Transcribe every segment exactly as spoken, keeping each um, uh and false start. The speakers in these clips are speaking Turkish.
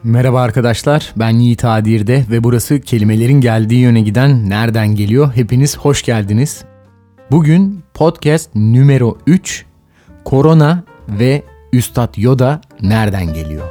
Merhaba arkadaşlar, ben Yiğit Adir'de ve burası kelimelerin geldiği yöne giden Nereden Geliyor? Hepiniz hoş geldiniz. Bugün podcast numero üç, Korona ve Üstad Yoda nereden geliyor?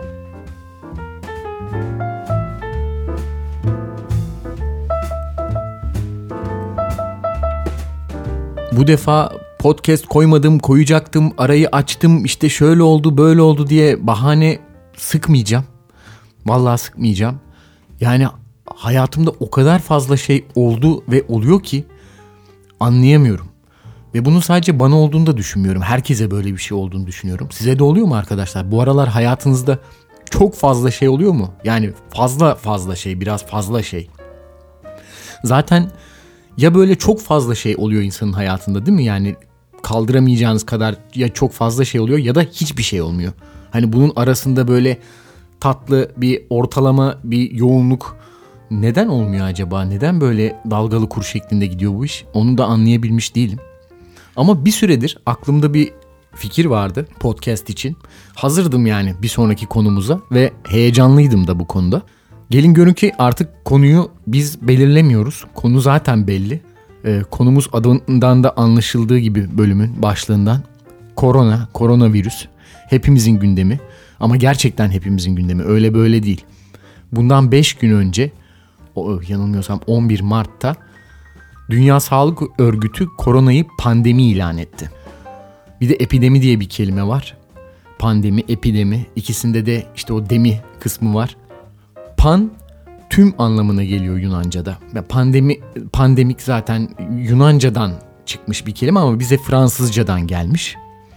Bu defa podcast koymadım, koyacaktım, arayı açtım, işte şöyle oldu, böyle oldu diye bahane sıkmayacağım. Vallahi sıkmayacağım. Yani hayatımda o kadar fazla şey oldu ve oluyor ki anlayamıyorum. Ve bunun sadece bana olduğunu da düşünmüyorum. Herkese böyle bir şey olduğunu düşünüyorum. Size de oluyor mu arkadaşlar? Bu aralar hayatınızda çok fazla şey oluyor mu? Yani fazla fazla şey, biraz fazla şey. Zaten ya böyle çok fazla şey oluyor insanın hayatında, değil mi? Yani kaldıramayacağınız kadar ya çok fazla şey oluyor ya da hiçbir şey olmuyor. Hani bunun arasında böyle tatlı bir ortalama bir yoğunluk neden olmuyor acaba? Neden böyle dalgalı kur şeklinde gidiyor bu iş? Onu da anlayabilmiş değilim. Ama bir süredir aklımda bir fikir vardı podcast için. Hazırdım yani bir sonraki konumuza ve heyecanlıydım da bu konuda. Gelin görün ki artık konuyu biz belirlemiyoruz. Konu zaten belli. Ee, konumuz adından da anlaşıldığı gibi bölümün başlığından. Korona, koronavirüs. Hepimizin gündemi. Ama gerçekten hepimizin gündemi. Öyle böyle değil. Bundan beş gün önce, yanılmıyorsam on bir Mart'ta Dünya Sağlık Örgütü koronayı pandemi ilan etti. Bir de epidemi diye bir kelime var. Pandemi, epidemi. İkisinde de işte o demi kısmı var. Pan tüm anlamına geliyor Yunanca'da. Pandemi, pandemik zaten Yunanca'dan çıkmış bir kelime ama bize Fransızcadan gelmiş.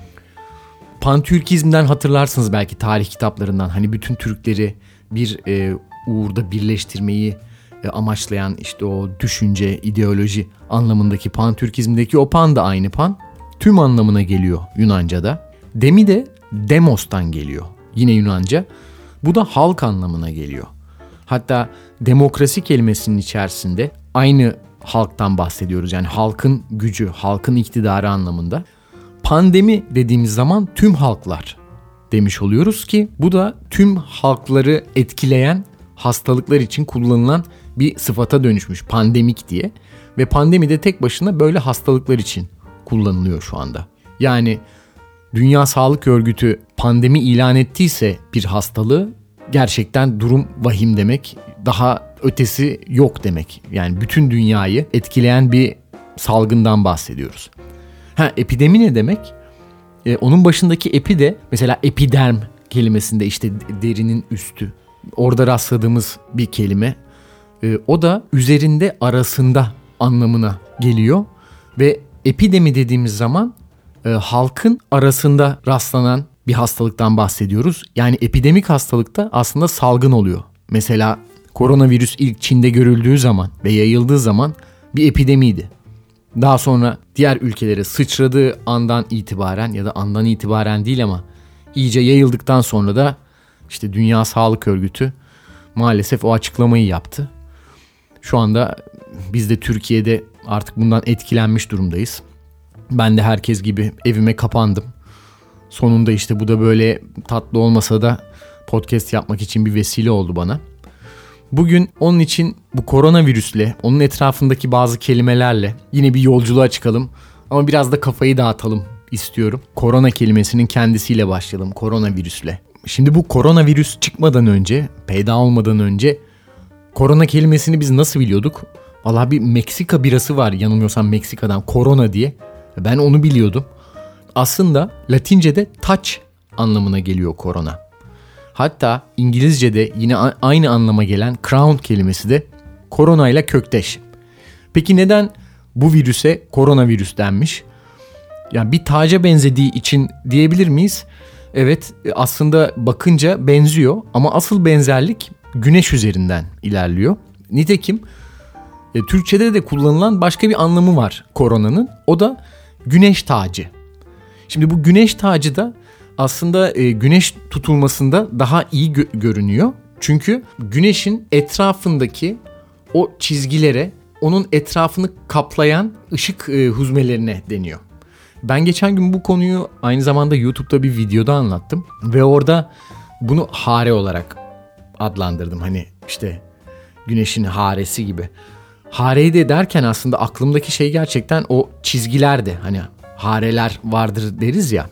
Pantürkizmden hatırlarsınız belki tarih kitaplarından. Hani bütün Türkleri bir e, uğurda birleştirmeyi e, amaçlayan işte o düşünce, ideoloji anlamındaki pantürkizmdeki o pan da aynı pan. Tüm anlamına geliyor Yunanca'da. Demi de demos'tan geliyor. Yine Yunanca. Bu da halk anlamına geliyor. Hatta demokrasi kelimesinin içerisinde aynı halktan bahsediyoruz. Yani halkın gücü, halkın iktidarı anlamında. Pandemi dediğimiz zaman tüm halklar demiş oluyoruz ki bu da tüm halkları etkileyen hastalıklar için kullanılan bir sıfata dönüşmüş pandemik diye. Ve pandemi de tek başına böyle hastalıklar için kullanılıyor şu anda. Yani Dünya Sağlık Örgütü pandemi ilan ettiyse bir hastalığı gerçekten durum vahim demek. Daha ötesi yok demek. Yani bütün dünyayı etkileyen bir salgından bahsediyoruz. Ha, epidemi ne demek? Ee, onun başındaki epi de mesela epiderm kelimesinde işte derinin üstü. Orada rastladığımız bir kelime. Ee, o da üzerinde arasında anlamına geliyor. Ve epidemi dediğimiz zaman e, halkın arasında rastlanan bir hastalıktan bahsediyoruz. Yani epidemik hastalıkta aslında salgın oluyor. Mesela koronavirüs ilk Çin'de görüldüğü zaman ve yayıldığı zaman bir epidemiydi. Daha sonra diğer ülkelere sıçradığı andan itibaren ya da andan itibaren değil ama iyice yayıldıktan sonra da işte Dünya Sağlık Örgütü maalesef o açıklamayı yaptı. Şu anda biz de Türkiye'de artık bundan etkilenmiş durumdayız. Ben de herkes gibi evime kapandım. Sonunda işte bu da böyle tatlı olmasa da podcast yapmak için bir vesile oldu bana. Bugün onun için bu koronavirüsle, onun etrafındaki bazı kelimelerle yine bir yolculuğa çıkalım. Ama biraz da kafayı dağıtalım istiyorum. Korona kelimesinin kendisiyle başlayalım, koronavirüsle. Şimdi bu koronavirüs çıkmadan önce, peyda olmadan önce korona kelimesini biz nasıl biliyorduk? Vallahi bir Meksika birası var yanılmıyorsam Meksika'dan, korona diye. Ben onu biliyordum. Aslında Latince'de touch anlamına geliyor korona. Hatta İngilizce'de yine aynı anlama gelen crown kelimesi de korona ile kökteş. Peki neden bu virüse koronavirüs denmiş? Yani bir taca benzediği için diyebilir miyiz? Evet, aslında bakınca benziyor ama asıl benzerlik güneş üzerinden ilerliyor. Nitekim e, Türkçe'de de kullanılan başka bir anlamı var koronanın. O da güneş tacı. Şimdi bu güneş tacı da aslında e, güneş tutulmasında daha iyi gö- görünüyor. Çünkü güneşin etrafındaki o çizgilere, onun etrafını kaplayan ışık e, huzmelerine deniyor. Ben geçen gün bu konuyu aynı zamanda YouTube'da bir videoda anlattım. Ve orada bunu hare olarak adlandırdım. Hani işte güneşin haresi gibi. Hareyi de derken aslında aklımdaki şey gerçekten o çizgilerdi. Hani hareler vardır deriz ya.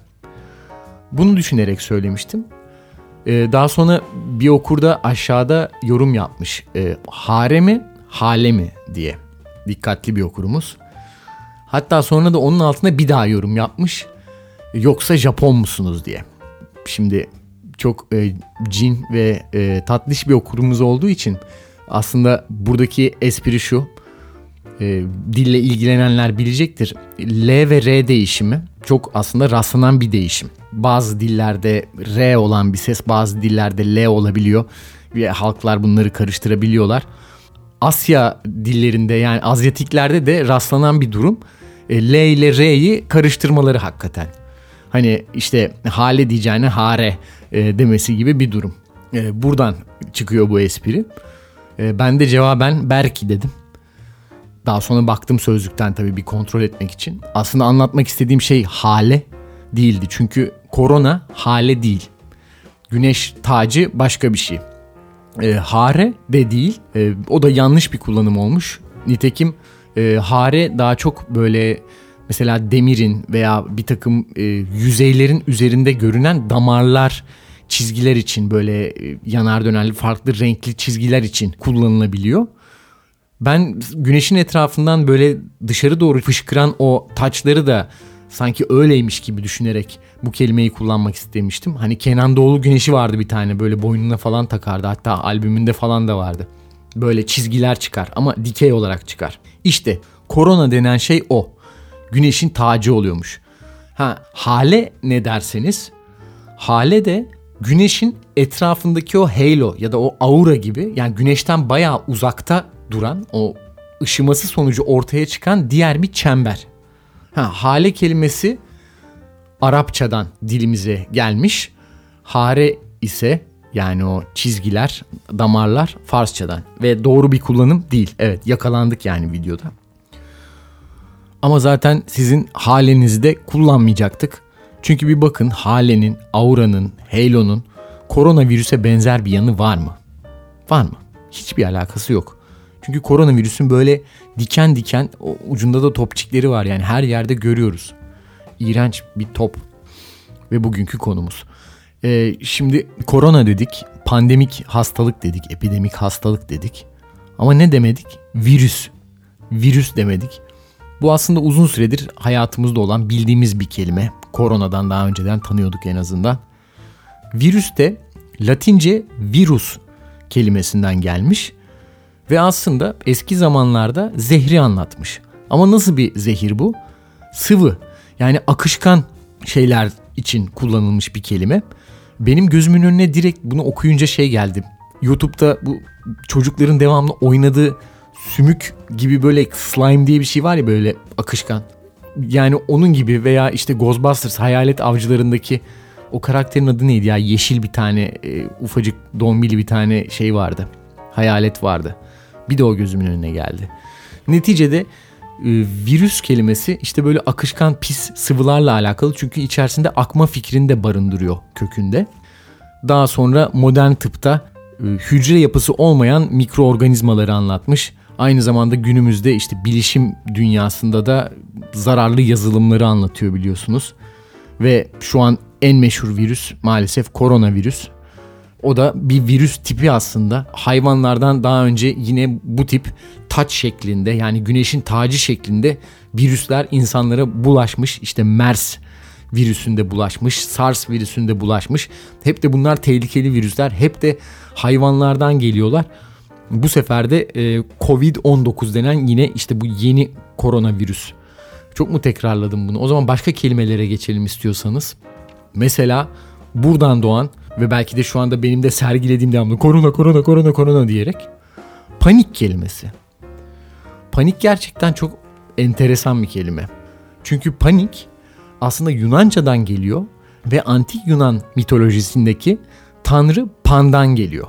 Bunu düşünerek söylemiştim. Ee, daha sonra bir okur da aşağıda yorum yapmış. Ee, hare mi, hale mi diye. Dikkatli bir okurumuz. Hatta sonra da onun altına bir daha yorum yapmış. Yoksa Japon musunuz diye. Şimdi çok e, cin ve e, tatlış bir okurumuz olduğu için aslında buradaki espri şu. E, dille ilgilenenler bilecektir. L ve R değişimi çok aslında rastlanan bir değişim. Bazı dillerde R olan bir ses, bazı dillerde L olabiliyor ve halklar bunları karıştırabiliyorlar. Asya dillerinde, yani Azyatiklerde de rastlanan bir durum. E, L ile R'yi karıştırmaları hakikaten. Hani işte hale diyeceğine hare e, demesi gibi bir durum. E, buradan çıkıyor bu espri. E, ben de cevaben Berki dedim. Daha sonra baktım sözlükten tabii bir kontrol etmek için. Aslında anlatmak istediğim şey hale değildi. Çünkü korona hale değil. Güneş tacı başka bir şey. E, hare de değil. E, o da yanlış bir kullanım olmuş. Nitekim e, hare daha çok böyle mesela demirin veya bir takım e, yüzeylerin üzerinde görünen damarlar, çizgiler için, böyle e, yanar dönerli farklı renkli çizgiler için kullanılabiliyor. Ben güneşin etrafından böyle dışarı doğru fışkıran o taçları da sanki öyleymiş gibi düşünerek bu kelimeyi kullanmak istemiştim. Hani Kenan Doğulu güneşi vardı bir tane, böyle boynuna falan takardı, hatta albümünde falan da vardı. Böyle çizgiler çıkar ama dikey olarak çıkar. İşte korona denen şey o. Güneşin tacı oluyormuş. Ha, hale ne derseniz, hale de güneşin etrafındaki o halo ya da o aura gibi, yani güneşten bayağı uzakta duran, o ışıması sonucu ortaya çıkan diğer bir çember. Ha, hale kelimesi Arapçadan dilimize gelmiş. Hare ise, yani o çizgiler, damarlar, Farsçadan ve doğru bir kullanım değil. Evet, yakalandık yani videoda. Ama zaten sizin halenizi de kullanmayacaktık. Çünkü bir bakın, halenin, auranın, halo'nun koronavirüse benzer bir yanı var mı? Var mı? Hiçbir alakası yok. Çünkü koronavirüsün böyle diken diken ucunda da topçikleri var, yani her yerde görüyoruz. İğrenç bir top. Ve bugünkü konumuz. Ee, şimdi korona dedik, pandemik hastalık dedik, epidemik hastalık dedik. Ama ne demedik? Virüs. Virüs demedik. Bu aslında uzun süredir hayatımızda olan, bildiğimiz bir kelime. Koronadan daha önceden tanıyorduk en azından. Virüs de Latince virus kelimesinden gelmiş. Ve aslında eski zamanlarda zehri anlatmış. Ama nasıl bir zehir bu? Sıvı, yani akışkan şeyler için kullanılmış bir kelime. Benim gözümün önüne direkt bunu okuyunca şey geldi. YouTube'da bu çocukların devamlı oynadığı sümük gibi böyle slime diye bir şey var ya, böyle akışkan. Yani onun gibi, veya işte Ghostbusters Hayalet Avcılarındaki o karakterin adı neydi ya? Yeşil bir tane e, ufacık dombili bir tane şey vardı. Hayalet vardı. Bir de o gözümün önüne geldi. Neticede e, virüs kelimesi işte böyle akışkan pis sıvılarla alakalı. Çünkü içerisinde akma fikrini de barındırıyor kökünde. Daha sonra modern tıpta e, hücre yapısı olmayan mikroorganizmaları anlatmış. Aynı zamanda günümüzde işte bilişim dünyasında da zararlı yazılımları anlatıyor, biliyorsunuz. Ve şu an en meşhur virüs maalesef koronavirüs. O da bir virüs tipi aslında. Hayvanlardan daha önce yine bu tip taç şeklinde, yani güneşin tacı şeklinde virüsler insanlara bulaşmış. İşte MERS virüsünde bulaşmış, SARS virüsünde bulaşmış. Hep de bunlar tehlikeli virüsler. Hep de hayvanlardan geliyorlar. Bu sefer de e, kovid on dokuz denen yine işte bu yeni koronavirüs. Çok mu tekrarladım bunu? O zaman başka kelimelere geçelim istiyorsanız. Mesela buradan doğan ve belki de şu anda benim de sergilediğim devamlı korona korona korona korona diyerek panik kelimesi. Panik gerçekten çok enteresan bir kelime. Çünkü panik aslında Yunanca'dan geliyor ve antik Yunan mitolojisindeki tanrı Pan'dan geliyor.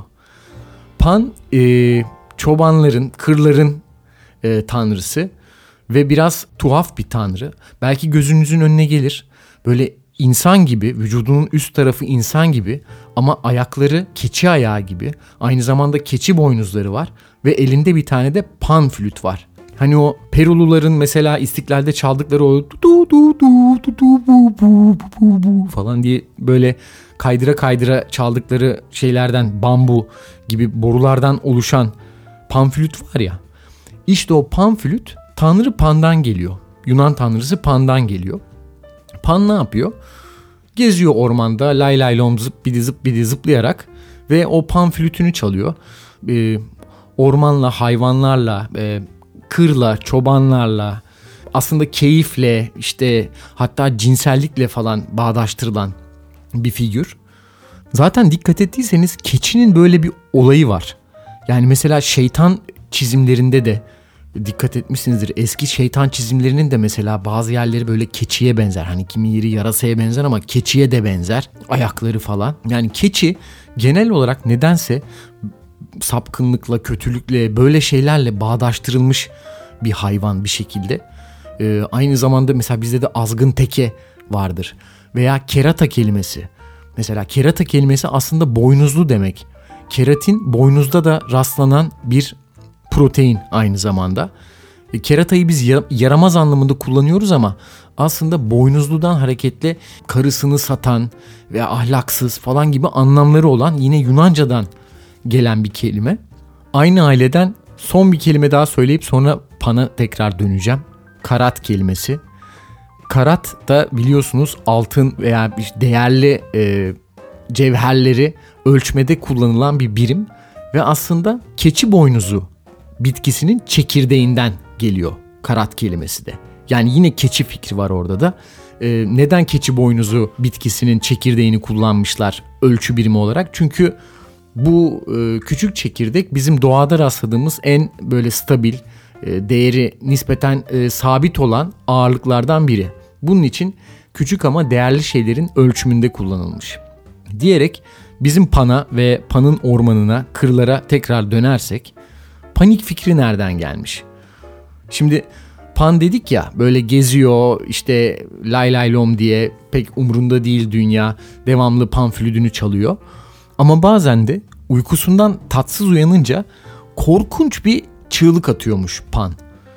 Pan e, çobanların, kırların e, tanrısı ve biraz tuhaf bir tanrı. Belki gözünüzün önüne gelir. Böyle insan gibi, vücudunun üst tarafı insan gibi ama ayakları keçi ayağı gibi. Aynı zamanda keçi boynuzları var ve elinde bir tane de pan flüt var. Hani o Peruluların mesela İstiklal'de çaldıkları o du du du du du bu bu bu bu falan diye böyle kaydıra kaydıra çaldıkları şeylerden, bambu gibi borulardan oluşan pan flüt var ya. İşte o pan flüt Tanrı Pan'dan geliyor. Yunan tanrısı Pan'dan geliyor. Pan ne yapıyor? Geziyor ormanda lay lay lom zıp bidi zıp bidi zıplayarak ve o pan flütünü çalıyor. Ee, ormanla, hayvanlarla, e, kırla, çobanlarla, aslında keyifle, işte hatta cinsellikle falan bağdaştırılan bir figür. Zaten dikkat ettiyseniz keçinin böyle bir olayı var. Yani mesela şeytan çizimlerinde de dikkat etmişsinizdir. Eski şeytan çizimlerinin de mesela bazı yerleri böyle keçiye benzer. Hani kimi yeri yarasaya benzer ama keçiye de benzer. Ayakları falan. Yani keçi genel olarak nedense sapkınlıkla, kötülükle, böyle şeylerle bağdaştırılmış bir hayvan bir şekilde. Ee, aynı zamanda mesela bizde de azgın teke vardır. Veya kerata kelimesi. Mesela kerata kelimesi aslında boynuzlu demek. Keratin boynuzda da rastlanan bir protein aynı zamanda. E, keratayı biz yaramaz anlamında kullanıyoruz ama aslında boynuzludan hareketle karısını satan veya ahlaksız falan gibi anlamları olan yine Yunanca'dan gelen bir kelime. Aynı aileden son bir kelime daha söyleyip sonra pana tekrar döneceğim. Karat kelimesi. Karat da biliyorsunuz altın veya değerli e, cevherleri ölçmede kullanılan bir birim ve aslında keçi boynuzu bitkisinin çekirdeğinden geliyor karat kelimesi de. Yani yine keçi fikri var orada da. Ee, neden keçi boynuzu bitkisinin çekirdeğini kullanmışlar ölçü birimi olarak? Çünkü bu e, küçük çekirdek bizim doğada rastladığımız en böyle stabil, e, değeri nispeten e, sabit olan ağırlıklardan biri. Bunun için küçük ama değerli şeylerin ölçümünde kullanılmış. Diyerek bizim pana ve panın ormanına, kırlara tekrar dönersek, panik fikri nereden gelmiş? Şimdi Pan dedik ya, böyle geziyor işte lay lay lom diye, pek umrunda değil dünya, devamlı pan flütünü çalıyor. Ama bazen de uykusundan tatsız uyanınca korkunç bir çığlık atıyormuş Pan.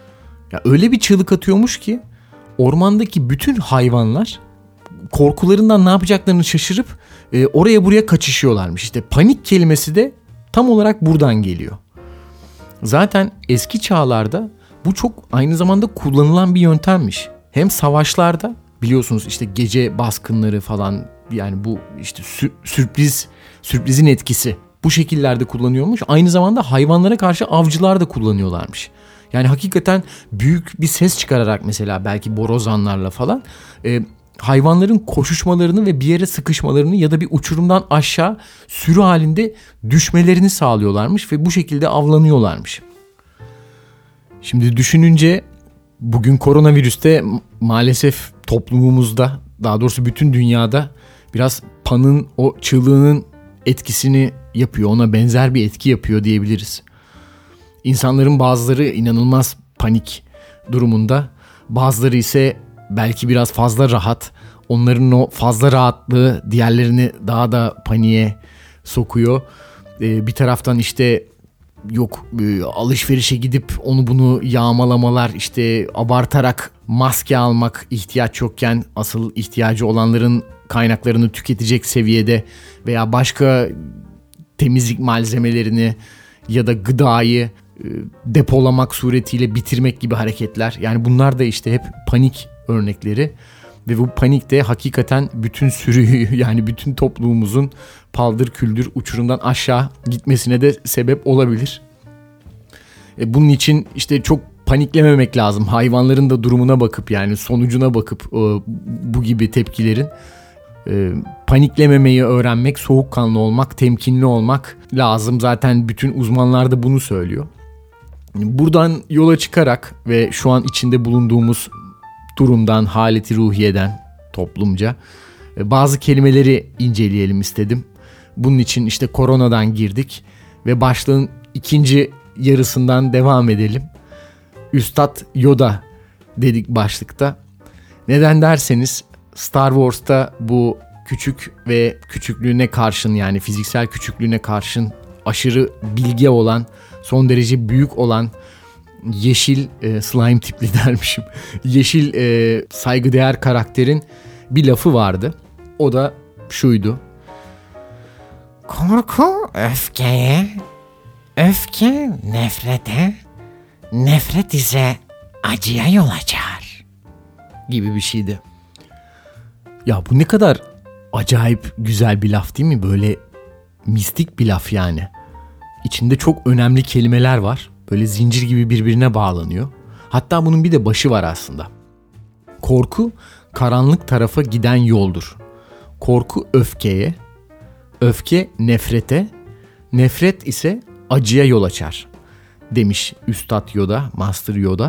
Ya öyle bir çığlık atıyormuş ki ormandaki bütün hayvanlar korkularından ne yapacaklarını şaşırıp e, oraya buraya kaçışıyorlarmış. İşte panik kelimesi de tam olarak buradan geliyor. Zaten eski çağlarda bu çok aynı zamanda kullanılan bir yöntemmiş. Hem savaşlarda biliyorsunuz işte gece baskınları falan, yani bu işte sü- sürpriz sürprizin etkisi bu şekillerde kullanıyormuş. Aynı zamanda hayvanlara karşı avcılar da kullanıyorlarmış. Yani hakikaten büyük bir ses çıkararak mesela belki borazanlarla falan e, hayvanların koşuşmalarını ve bir yere sıkışmalarını ya da bir uçurumdan aşağı sürü halinde düşmelerini sağlıyorlarmış ve bu şekilde avlanıyorlarmış. Şimdi düşününce bugün koronavirüste maalesef toplumumuzda, daha doğrusu bütün dünyada biraz Pan'ın o çığlığının etkisini yapıyor. Ona benzer bir etki yapıyor diyebiliriz. İnsanların bazıları inanılmaz panik durumunda, bazıları ise belki biraz fazla rahat. Onların o fazla rahatlığı diğerlerini daha da paniğe sokuyor. Ee, bir taraftan işte yok e, alışverişe gidip onu bunu yağmalamalar, işte abartarak maske almak ihtiyaç yokken asıl ihtiyacı olanların kaynaklarını tüketecek seviyede veya başka temizlik malzemelerini ya da gıdayı e, depolamak suretiyle bitirmek gibi hareketler. Yani bunlar da işte hep panik örnekleri ve bu panik de hakikaten bütün sürüyü, yani bütün toplumumuzun paldır küldür uçurumdan aşağı gitmesine de sebep olabilir. E bunun için işte çok paniklememek lazım. Hayvanların da durumuna bakıp, yani sonucuna bakıp e, bu gibi tepkilerin e, paniklememeyi öğrenmek, soğukkanlı olmak, temkinli olmak lazım. Zaten bütün uzmanlar da bunu söylüyor. Buradan yola çıkarak ve şu an içinde bulunduğumuz durumdan, haleti ruhiyeden toplumca bazı kelimeleri inceleyelim istedim. Bunun için işte koronadan girdik ve başlığın ikinci yarısından devam edelim. Üstad Yoda dedik başlıkta. Neden derseniz Star Wars'ta bu küçük ve küçüklüğüne karşın, yani fiziksel küçüklüğüne karşın aşırı bilge olan, son derece büyük olan yeşil e, slime tipli dermişim. Yeşil e, saygıdeğer karakterin bir lafı vardı. O da şuydu: korku öfkeye, öfke nefrete, nefret ise acıya yol açar gibi bir şeydi. Ya bu ne kadar acayip güzel bir laf değil mi? Böyle mistik bir laf yani. İçinde çok önemli kelimeler var. Böyle zincir gibi birbirine bağlanıyor. Hatta bunun bir de başı var aslında. Korku karanlık tarafa giden yoldur. Korku öfkeye, öfke nefrete, nefret ise acıya yol açar demiş Üstad Yoda, Master Yoda.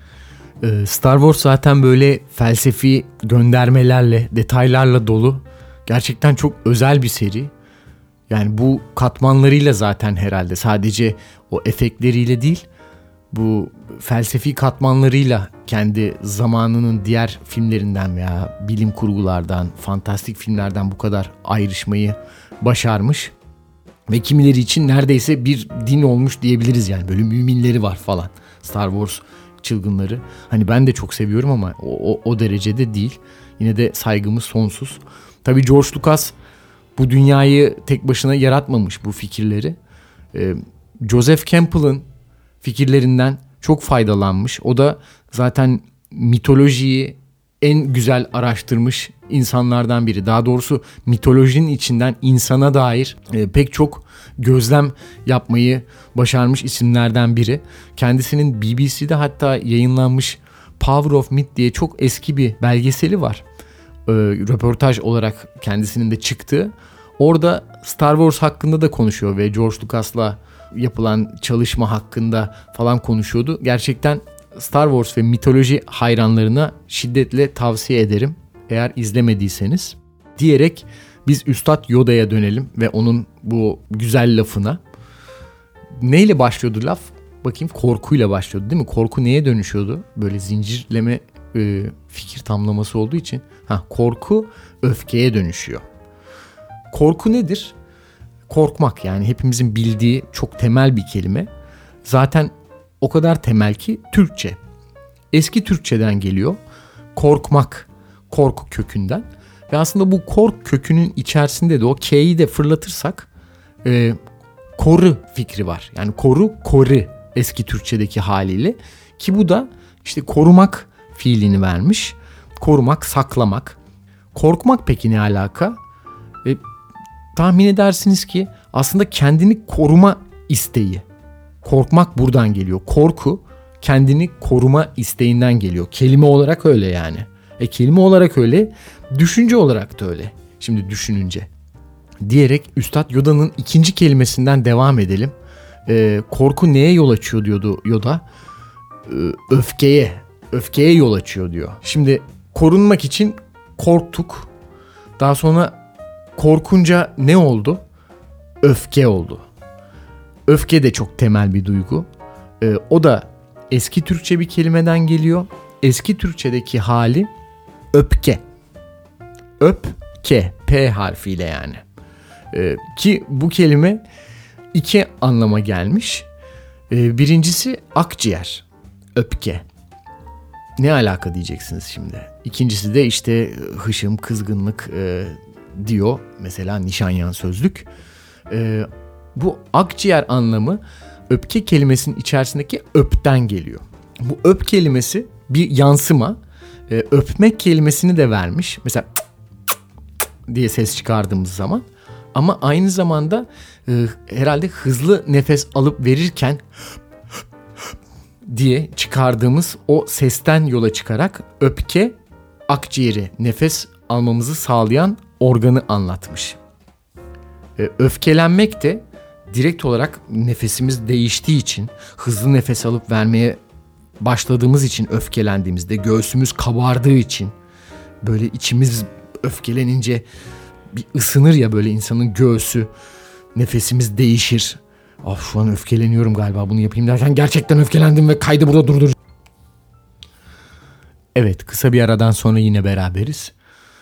Ee, Star Wars zaten böyle felsefi göndermelerle, detaylarla dolu. Gerçekten çok özel bir seri. Yani bu katmanlarıyla zaten herhalde sadece o efektleriyle değil, bu felsefi katmanlarıyla kendi zamanının diğer filmlerinden veya bilim kurgulardan, fantastik filmlerden bu kadar ayrışmayı başarmış. Ve kimileri için neredeyse bir din olmuş diyebiliriz yani. Böyle müminleri var falan. Star Wars çılgınları. Hani ben de çok seviyorum ama o, o, o derecede değil. Yine de saygımız sonsuz. Tabii George Lucas bu dünyayı tek başına yaratmamış, bu fikirleri. Ee, Joseph Campbell'ın fikirlerinden çok faydalanmış. O da zaten mitolojiyi en güzel araştırmış insanlardan biri. Daha doğrusu mitolojinin içinden insana dair e, pek çok gözlem yapmayı başarmış isimlerden biri. Kendisinin B B C'de hatta yayınlanmış Power of Myth diye çok eski bir belgeseli var. E, röportaj olarak kendisinin de çıktığı. Orada Star Wars hakkında da konuşuyor ve George Lucas'la yapılan çalışma hakkında falan konuşuyordu. Gerçekten Star Wars ve mitoloji hayranlarına şiddetle tavsiye ederim eğer izlemediyseniz. Diyerek biz Üstad Yoda'ya dönelim ve onun bu güzel lafına. Neyle başlıyordu laf? Bakayım, korkuyla başlıyordu değil mi? Korku neye dönüşüyordu? Böyle zincirleme e, fikir tamlaması olduğu için. Ha, korku öfkeye dönüşüyor. Korku nedir? Korkmak, yani hepimizin bildiği çok temel bir kelime. Zaten o kadar temel ki Türkçe. Eski Türkçeden geliyor. Korkmak, korku kökünden. Ve aslında bu kork kökünün içerisinde de o K'yi de fırlatırsak e, koru fikri var. Yani koru, koru eski Türkçedeki haliyle. Ki bu da işte korumak fiilini vermiş. Korumak, saklamak. Korkmak peki ne alaka? E, tahmin edersiniz ki aslında kendini koruma isteği. Korkmak buradan geliyor. Korku kendini koruma isteğinden geliyor. Kelime olarak öyle yani. E kelime olarak öyle, düşünce olarak da öyle. Şimdi düşününce. Diyerek Üstad Yoda'nın ikinci kelimesinden devam edelim. E, korku neye yol açıyor diyordu Yoda? E, öfkeye. Öfkeye yol açıyor diyor. Şimdi korunmak için korktuk. Daha sonra korkunca ne oldu? Öfke oldu. Öfke de çok temel bir duygu. Ee, o da eski Türkçe bir kelimeden geliyor. Eski Türkçedeki hali öpke. Öpke. P harfiyle yani. Ee, ki bu kelime iki anlama gelmiş. Ee, birincisi akciğer. Öpke. Ne alaka diyeceksiniz şimdi. İkincisi de işte hışım, kızgınlık e, diyor. Mesela Nişanyan sözlük. E, bu akciğer anlamı öpke kelimesinin içerisindeki öpten geliyor. Bu öp kelimesi bir yansıma. E, öpmek kelimesini de vermiş. Mesela cık cık cık diye ses çıkardığımız zaman. Ama aynı zamanda e, herhalde hızlı nefes alıp verirken diye çıkardığımız o sesten yola çıkarak öpke akciğeri, nefes almamızı sağlayan organı anlatmış. E, öfkelenmek de direkt olarak nefesimiz değiştiği için, hızlı nefes alıp vermeye başladığımız için öfkelendiğimizde, göğsümüz kabardığı için, böyle içimiz öfkelenince bir ısınır ya böyle insanın göğsü, nefesimiz değişir. Ah şu an öfkeleniyorum galiba, bunu yapayım derken gerçekten öfkelendim ve kaydı burada durdur. Evet, kısa bir aradan sonra yine beraberiz.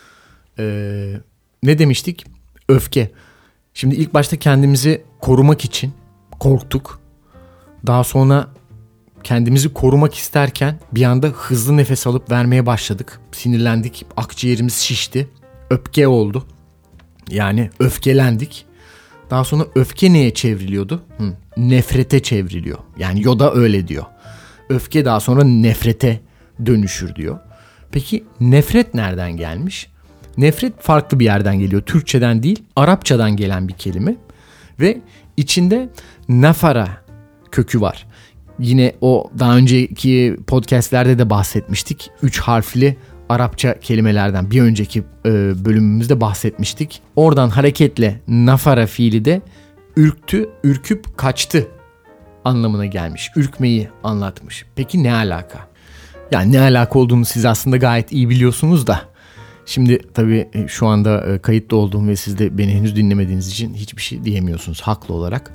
Ee, ne demiştik? Öfke. Şimdi ilk başta kendimizi korumak için korktuk. Daha sonra kendimizi korumak isterken bir anda hızlı nefes alıp vermeye başladık. Sinirlendik, akciğerimiz şişti. Öfke oldu. Yani öfkelendik. Daha sonra öfke neye çevriliyordu? Hı, nefrete çevriliyor. Yani Yoda öyle diyor. Öfke daha sonra nefrete dönüşür diyor. Peki nefret nereden gelmiş? Nefret farklı bir yerden geliyor. Türkçeden değil, Arapçadan gelen bir kelime. Ve içinde nefara kökü var. Yine o daha önceki podcastlerde de bahsetmiştik. Üç harfli Arapça kelimelerden bir önceki e, bölümümüzde bahsetmiştik. Oradan hareketle nafara fiili de ürktü, ürküp kaçtı anlamına gelmiş. Ürkmeyi anlatmış. Peki ne alaka? Yani ne alaka olduğunu siz aslında gayet iyi biliyorsunuz da. Şimdi tabii şu anda kayıtta olduğum ve siz de beni henüz dinlemediğiniz için hiçbir şey diyemiyorsunuz haklı olarak.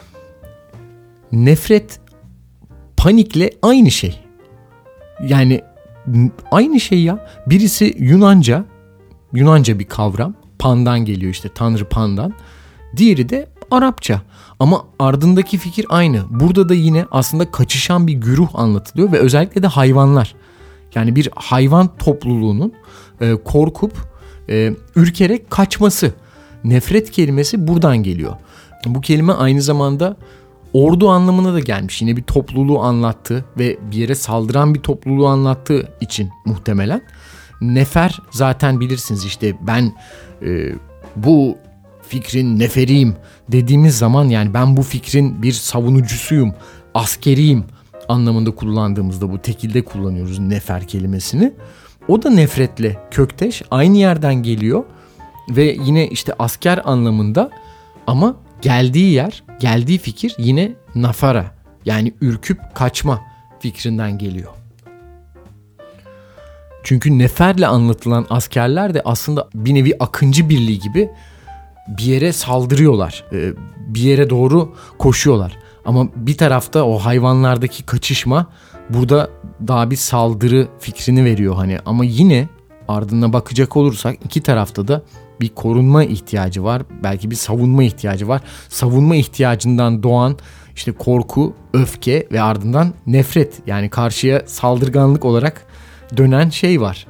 Nefret panikle aynı şey. Yani aynı şey ya. Birisi Yunanca, Yunanca bir kavram. Pan'dan geliyor işte, Tanrı Pan'dan. Diğeri de Arapça. Ama ardındaki fikir aynı. Burada da yine aslında kaçışan bir güruh anlatılıyor ve özellikle de hayvanlar. Yani bir hayvan topluluğunun e, korkup e, ürkerek kaçması. Nefret kelimesi buradan geliyor. Bu kelime aynı zamanda ordu anlamına da gelmiş. Yine bir topluluğu anlattığı ve bir yere saldıran bir topluluğu anlattığı için muhtemelen. Nefer zaten bilirsiniz işte ben e, bu fikrin neferiyim dediğimiz zaman yani ben bu fikrin bir savunucusuyum, askeriyim anlamında kullandığımızda bu tekilde kullanıyoruz nefer kelimesini. O da nefretle kökteş, aynı yerden geliyor ve yine işte asker anlamında ama geldiği yer, geldiği fikir yine nafara yani ürküp kaçma fikrinden geliyor. Çünkü neferle anlatılan askerler de aslında bir nevi akıncı birliği gibi bir yere saldırıyorlar, bir yere doğru koşuyorlar. Ama bir tarafta o hayvanlardaki kaçışma burada daha bir saldırı fikrini veriyor hani. Ama yine ardına bakacak olursak iki tarafta da bir korunma ihtiyacı var. Belki bir savunma ihtiyacı var. Savunma ihtiyacından doğan işte korku, öfke ve ardından nefret. Yani karşıya saldırganlık olarak dönen şey var.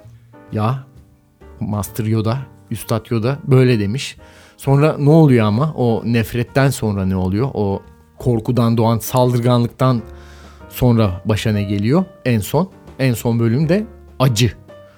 Ya Master Yoda, Üstad Yoda böyle demiş. Sonra ne oluyor ama o nefretten sonra ne oluyor? O korkudan doğan saldırganlıktan sonra başa ne geliyor? En son, en son bölümde acı.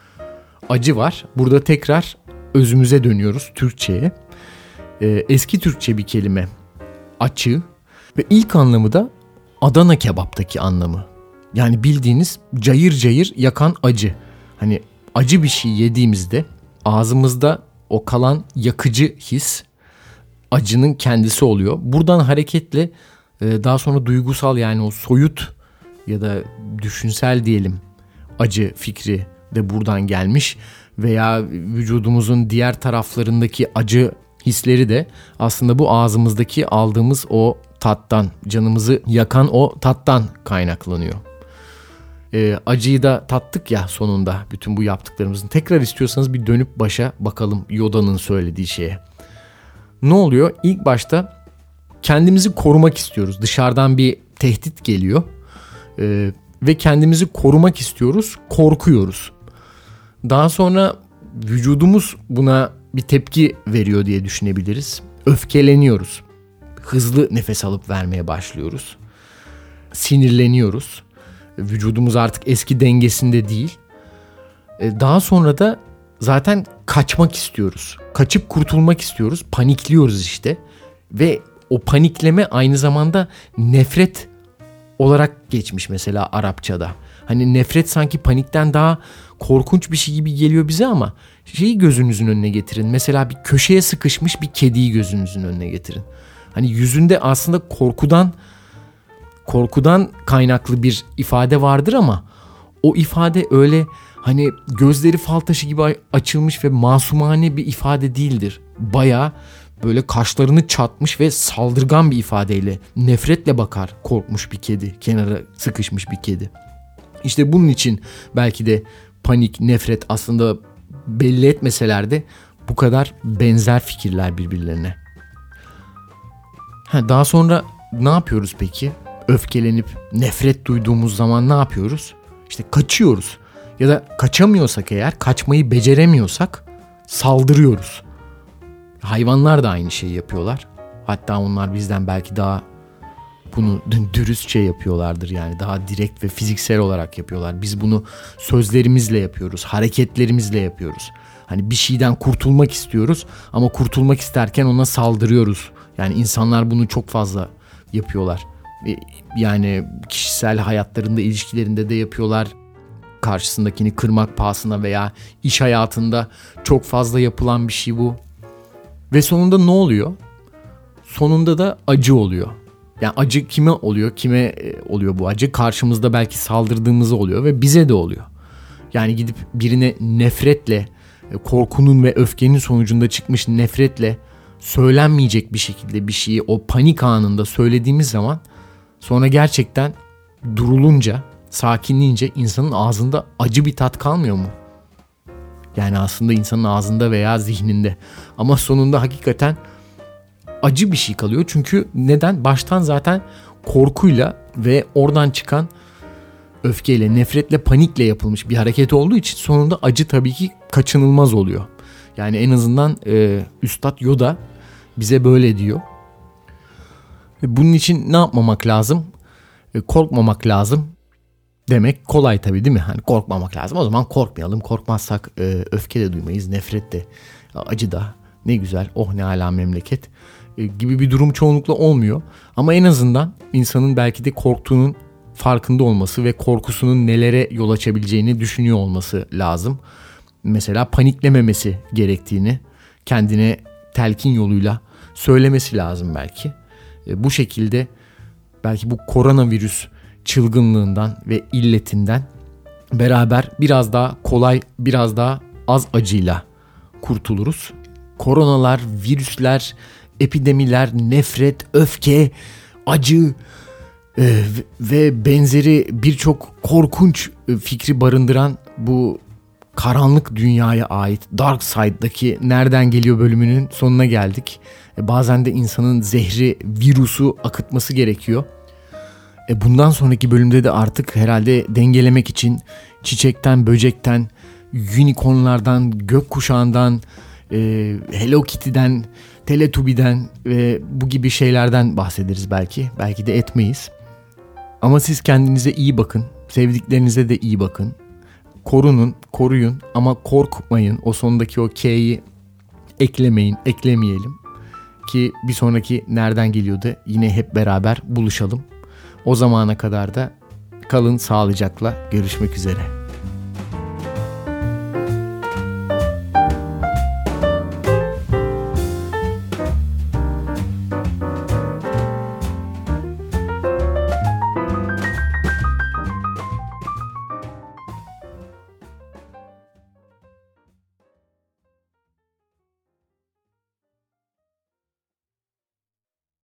Acı var. Burada tekrar özümüze dönüyoruz, Türkçe'ye. Ee, eski Türkçe bir kelime acı ve ilk anlamı da Adana kebaptaki anlamı. Yani bildiğiniz cayır cayır yakan acı. Hani acı bir şey yediğimizde ağzımızda o kalan yakıcı his acının kendisi oluyor. Buradan hareketle daha sonra duygusal yani o soyut ya da düşünsel diyelim acı fikri de buradan gelmiş. Veya vücudumuzun diğer taraflarındaki acı hisleri de aslında bu ağzımızdaki aldığımız o tattan, canımızı yakan o tattan kaynaklanıyor. E, acıyı da tattık ya sonunda bütün bu yaptıklarımızın. Tekrar istiyorsanız bir dönüp başa bakalım Yoda'nın söylediği şeye. Ne oluyor? İlk başta kendimizi korumak istiyoruz. Dışarıdan bir tehdit geliyor e, ve kendimizi korumak istiyoruz, korkuyoruz. Daha sonra vücudumuz buna bir tepki veriyor diye düşünebiliriz. Öfkeleniyoruz. Hızlı nefes alıp vermeye başlıyoruz. Sinirleniyoruz. Vücudumuz artık eski dengesinde değil. Daha sonra da zaten kaçmak istiyoruz. Kaçıp kurtulmak istiyoruz. Panikliyoruz işte. Ve o panikleme aynı zamanda nefret olarak geçmiş mesela Arapçada. Hani nefret sanki panikten daha korkunç bir şey gibi geliyor bize ama şeyi gözünüzün önüne getirin. Mesela bir köşeye sıkışmış bir kediyi gözünüzün önüne getirin. Hani yüzünde aslında korkudan korkudan kaynaklı bir ifade vardır ama o ifade öyle hani gözleri fal taşı gibi açılmış ve masumane bir ifade değildir. Bayağı böyle kaşlarını çatmış ve saldırgan bir ifadeyle, nefretle bakar korkmuş bir kedi, kenara sıkışmış bir kedi. İşte bunun için belki de panik, nefret aslında belli etmeseler de bu kadar benzer fikirler birbirlerine. Ha, daha sonra ne yapıyoruz peki? Öfkelenip nefret duyduğumuz zaman ne yapıyoruz? İşte kaçıyoruz. Ya da kaçamıyorsak eğer, kaçmayı beceremiyorsak saldırıyoruz. Hayvanlar da aynı şeyi yapıyorlar. Hatta onlar bizden belki daha bunu dürüstçe yapıyorlardır, yani daha direkt ve fiziksel olarak yapıyorlar. Biz bunu sözlerimizle yapıyoruz, hareketlerimizle yapıyoruz. Hani bir şeyden kurtulmak istiyoruz ama kurtulmak isterken ona saldırıyoruz. Yani insanlar bunu çok fazla yapıyorlar. Yani kişisel hayatlarında, ilişkilerinde de yapıyorlar. Karşısındakini kırmak pahasına veya iş hayatında çok fazla yapılan bir şey bu. Ve sonunda ne oluyor? Sonunda da acı oluyor. Yani acı kime oluyor? Kime oluyor bu acı? Karşımızda belki saldırdığımızda oluyor ve bize de oluyor. Yani gidip birine nefretle, korkunun ve öfkenin sonucunda çıkmış nefretle söylenmeyecek bir şekilde bir şeyi o panik anında söylediğimiz zaman sonra gerçekten durulunca, sakinleyince insanın ağzında acı bir tat kalmıyor mu? Yani aslında insanın ağzında veya zihninde. Ama sonunda hakikaten acı bir şey kalıyor. Çünkü neden? Baştan zaten korkuyla ve oradan çıkan öfkeyle, nefretle, panikle yapılmış bir hareket olduğu için sonunda acı tabii ki kaçınılmaz oluyor. Yani en azından e, Üstad Yoda bize böyle diyor. Bunun için ne yapmamak lazım? E, korkmamak lazım. Demek kolay tabii, değil mi? Hani korkmamak lazım. O zaman korkmayalım. Korkmazsak e, öfke de duymayız, nefret de, acı da. Ne güzel, oh ne âlâ memleket e, gibi bir durum çoğunlukla olmuyor. Ama en azından insanın belki de korktuğunun farkında olması ve korkusunun nelere yol açabileceğini düşünüyor olması lazım. Mesela paniklememesi gerektiğini kendine telkin yoluyla söylemesi lazım belki. E, bu şekilde belki bu koronavirüs çılgınlığından ve illetinden beraber biraz daha kolay, biraz daha az acıyla kurtuluruz. Koronalar, virüsler, epidemiler, nefret, öfke, acı e, ve benzeri birçok korkunç fikri barındıran bu karanlık dünyaya ait Dark Side'daki Nereden Geliyor bölümünün sonuna geldik. E, bazen de insanın zehri, virüsü akıtması gerekiyor. E bundan sonraki bölümde de artık herhalde dengelemek için çiçekten, böcekten, unicornlardan, gökkuşağından, e, Hello Kitty'den, Teletubby'den ve bu gibi şeylerden bahsederiz belki. Belki de etmeyiz. Ama siz kendinize iyi bakın. Sevdiklerinize de iyi bakın. Korunun, koruyun ama korkmayın. O sondaki o K'yi eklemeyin, eklemeyelim. Ki bir sonraki Nereden Geliyor'da yine hep beraber buluşalım. O zamana kadar da kalın sağlıcakla, görüşmek üzere.